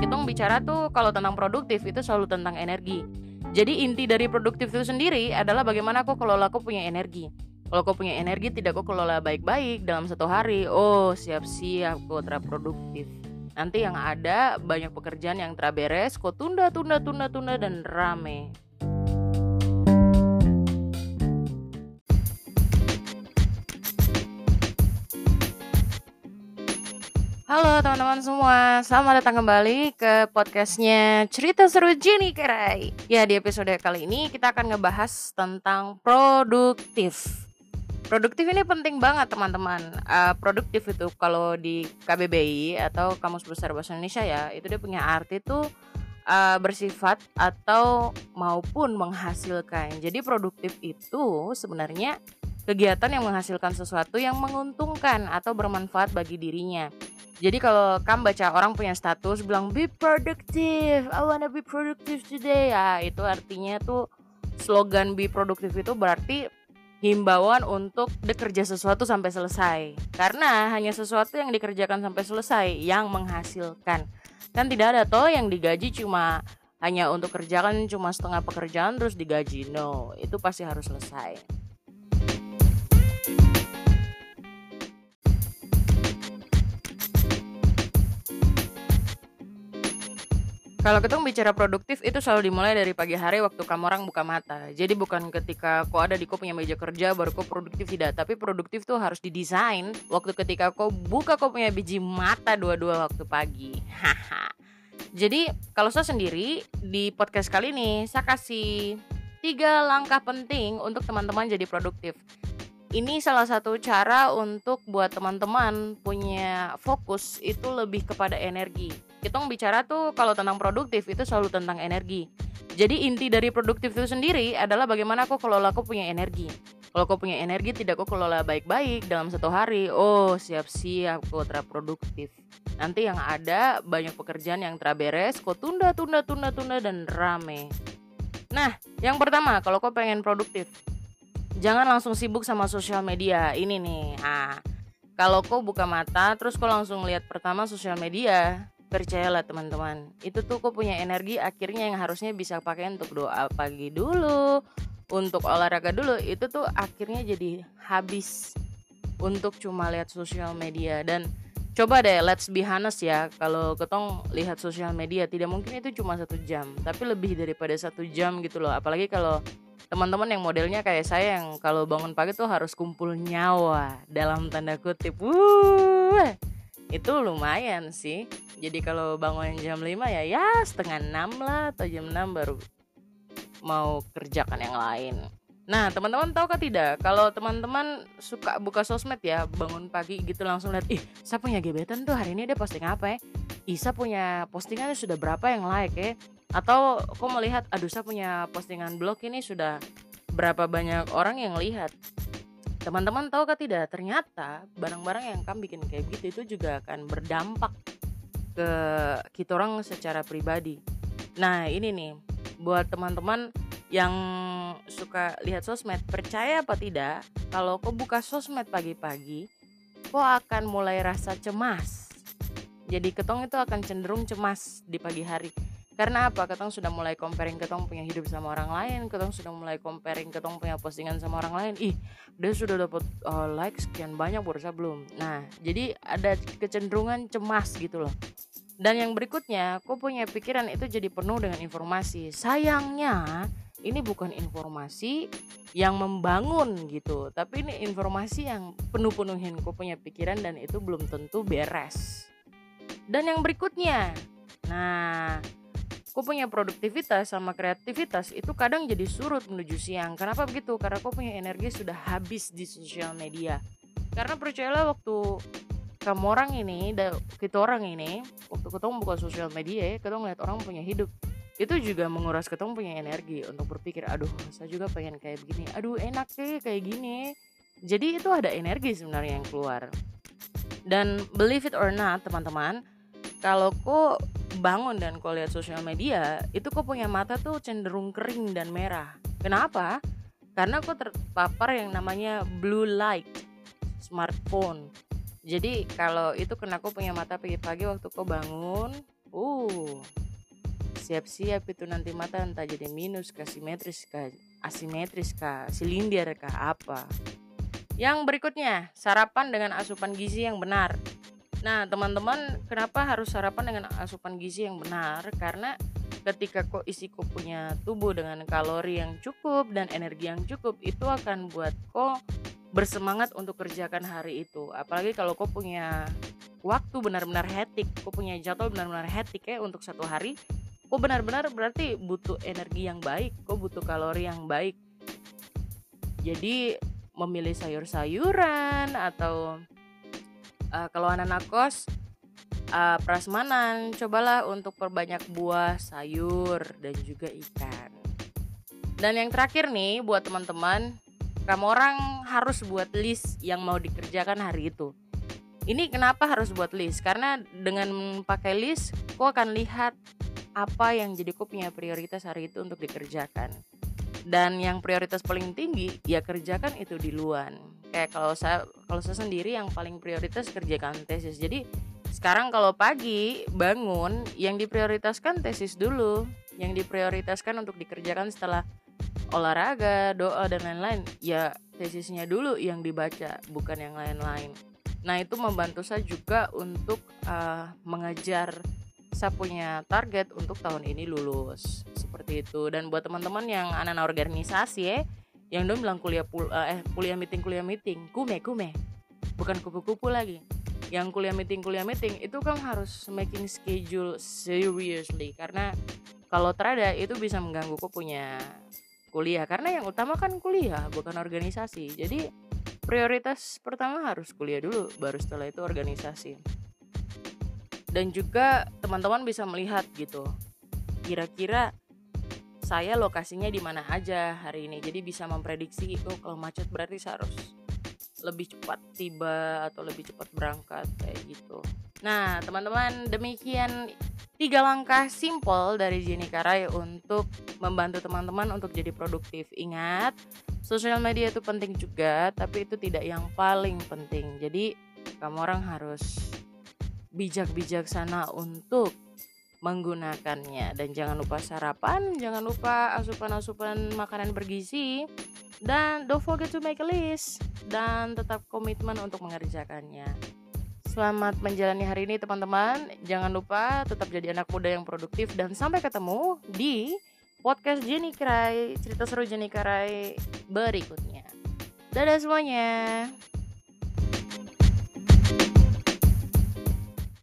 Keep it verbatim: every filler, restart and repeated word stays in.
kita bicara tuh kalau tentang produktif itu selalu tentang energi. Jadi inti dari produktif itu sendiri adalah bagaimana aku kelola aku punya energi. Kalau aku punya energi tidak aku kelola baik-baik dalam satu hari, oh siap-siap kau terproduktif. Nanti yang ada banyak pekerjaan yang terberes, kau tunda, tunda, tunda, tunda dan rame. Halo teman-teman semua, selamat datang kembali ke podcastnya Cerita Seru Jenny Kerai. Ya, di episode kali ini kita akan ngebahas tentang produktif. Produktif ini penting banget teman-teman. uh, Produktif itu kalau di K B B I atau Kamus Besar Bahasa Indonesia ya, itu dia punya arti tuh uh, bersifat atau maupun menghasilkan. Jadi produktif itu sebenarnya kegiatan yang menghasilkan sesuatu yang menguntungkan atau bermanfaat bagi dirinya. Jadi kalau kamu baca orang punya status bilang be productive, I wanna be productive today, ya itu artinya tuh slogan be productive itu berarti himbauan untuk bekerja sesuatu sampai selesai. Karena hanya sesuatu yang dikerjakan sampai selesai yang menghasilkan. Kan tidak ada toh yang digaji cuma hanya untuk kerjakan cuma setengah pekerjaan terus digaji. No, itu pasti harus selesai. Kalau kita bicara produktif itu selalu dimulai dari pagi hari waktu kamu orang buka mata. Jadi bukan ketika kau ada di kau punya meja kerja baru kau produktif, tidak. Tapi produktif tuh harus didesain waktu ketika kau buka kau punya biji mata dua-dua waktu pagi. Haha. Jadi kalau saya sendiri di podcast kali ini saya kasih tiga langkah penting untuk teman-teman jadi produktif. Ini salah satu cara untuk buat teman-teman punya fokus itu lebih kepada energi. Kita bicara tuh kalau tentang produktif itu selalu tentang energi. Jadi inti dari produktif itu sendiri adalah bagaimana aku kelola aku punya energi. Kalau aku punya energi tidak aku kelola baik-baik dalam satu hari, oh siap-siap kau terproduktif. Nanti yang ada banyak pekerjaan yang terberes, kau tunda, tunda, tunda, tunda dan rame. Nah, yang pertama kalau kau pengen produktif, jangan langsung sibuk sama sosial media. Ini nih, nah, kalau kau buka mata terus kau langsung lihat pertama sosial media, percayalah teman-teman, itu tuh kau punya energi akhirnya yang harusnya bisa pakai untuk doa pagi dulu, untuk olahraga dulu, itu tuh akhirnya jadi habis untuk cuma lihat sosial media. Dan coba deh let's be honest ya, kalau ketong lihat sosial media tidak mungkin itu cuma satu jam, tapi lebih daripada satu jam gitu loh. Apalagi kalau teman-teman yang modelnya kayak saya yang kalau bangun pagi tuh harus kumpul nyawa dalam tanda kutip. Wuh, itu lumayan sih. Jadi kalau bangun jam lima ya ya setengah enam lah atau jam enam baru mau kerjakan yang lain. Nah teman-teman tahu kah tidak, kalau teman-teman suka buka sosmed ya, bangun pagi gitu langsung lihat, ih saya punya gebetan tuh hari ini dia posting apa ya, ih saya punya postingannya sudah berapa yang like ya, atau kok melihat aduh saya punya postingan blog ini sudah berapa banyak orang yang lihat. Teman-teman tahu kah tidak, ternyata barang-barang yang kamu bikin kayak gitu itu juga akan berdampak ke kita orang secara pribadi. Nah ini nih buat teman-teman yang suka lihat sosmed, percaya apa tidak, kalau kau buka sosmed pagi-pagi kau akan mulai rasa cemas. Jadi ketong itu akan cenderung cemas di pagi hari. Karena apa? Ketong sudah mulai comparing ketong punya hidup sama orang lain, ketong sudah mulai comparing ketong punya postingan sama orang lain. Ih, dia sudah dapat uh, like sekian banyak baru saya belum. Nah, jadi ada kecenderungan cemas gitu loh. Dan yang berikutnya, kau punya pikiran itu jadi penuh dengan informasi. Sayangnya, ini bukan informasi yang membangun gitu, tapi ini informasi yang penuh-penuhin kau punya pikiran dan itu belum tentu beres. Dan yang berikutnya, nah, kau punya produktivitas sama kreativitas itu kadang jadi surut menuju siang. Kenapa begitu? Karena kau punya energi sudah habis di sosial media. Karena percayalah waktu kamu orang ini, kita orang ini, waktu ketemu buka sosial media ya, kita ngeliat orang punya hidup, itu juga menguras ketemu punya energi untuk berpikir, aduh saya juga pengen kayak begini, aduh enak sih kayak gini. Jadi itu ada energi sebenarnya yang keluar. Dan believe it or not teman-teman, kalau kau bangun dan kau lihat sosial media, itu kau punya mata tuh cenderung kering dan merah. Kenapa? Karena kau terpapar yang namanya blue light smartphone. Jadi kalau itu kena kau punya mata pagi-pagi waktu kau bangun, Uh, siap-siap itu nanti mata entah jadi minus kah, simetris kah, asimetris kah, silindir kah, apa. Yang berikutnya, sarapan dengan asupan gizi yang benar. Nah, teman-teman, kenapa harus sarapan dengan asupan gizi yang benar? Karena ketika kok isi kok punya tubuh dengan kalori yang cukup dan energi yang cukup, itu akan buat kok bersemangat untuk kerjakan hari itu. Apalagi kalau kok punya waktu benar-benar hektik, kok punya jadwal benar-benar hektik ya untuk satu hari, kok benar-benar berarti butuh energi yang baik, kok butuh kalori yang baik. Jadi memilih sayur-sayuran atau uh, kalau anak-anak kos uh, prasmanan, cobalah untuk perbanyak buah, sayur, dan juga ikan. Dan yang terakhir nih buat teman-teman, kamu orang harus buat list yang mau dikerjakan hari itu. Ini kenapa harus buat list? Karena dengan pakai list, kau akan lihat apa yang jadi kau punya prioritas hari itu untuk dikerjakan. Dan yang prioritas paling tinggi ya kerjakan itu di luar. Kayak kalau saya kalau saya sendiri yang paling prioritas kerjakan tesis. Jadi sekarang kalau pagi bangun, yang diprioritaskan tesis dulu, yang diprioritaskan untuk dikerjakan setelah olahraga, doa dan lain-lain, ya tesisnya dulu yang dibaca, bukan yang lain-lain. Nah, itu membantu saya juga untuk uh, mengejar saya punya target untuk tahun ini lulus seperti itu. Dan buat teman-teman yang anak-anak organisasi ya, yang dong bilang kuliah pul- eh kuliah meeting kuliah meeting, kume kume, bukan kupu-kupu lagi. Yang kuliah meeting kuliah meeting itu kan harus making schedule seriously, karena kalau terada itu bisa mengganggu kok punya kuliah, karena yang utama kan kuliah bukan organisasi. Jadi prioritas pertama harus kuliah dulu, baru setelah itu organisasi. Dan juga teman-teman bisa melihat gitu, kira-kira saya lokasinya di mana aja hari ini. Jadi bisa memprediksi itu kalau macet berarti saya harus lebih cepat tiba atau lebih cepat berangkat kayak gitu. Nah, teman-teman, demikian tiga langkah simpel dari Jenny Karai untuk membantu teman-teman untuk jadi produktif. Ingat, sosial media itu penting juga, tapi itu tidak yang paling penting. Jadi kamu orang harus bijak-bijaksana untuk menggunakannya. Dan jangan lupa sarapan, jangan lupa asupan-asupan makanan bergizi, dan don't forget to make a list, dan tetap komitmen untuk mengerjakannya. Selamat menjalani hari ini teman-teman. Jangan lupa tetap jadi anak muda yang produktif, dan sampai ketemu di podcast Jenny Karai, cerita seru Jenny Karai berikutnya. Dadah semuanya.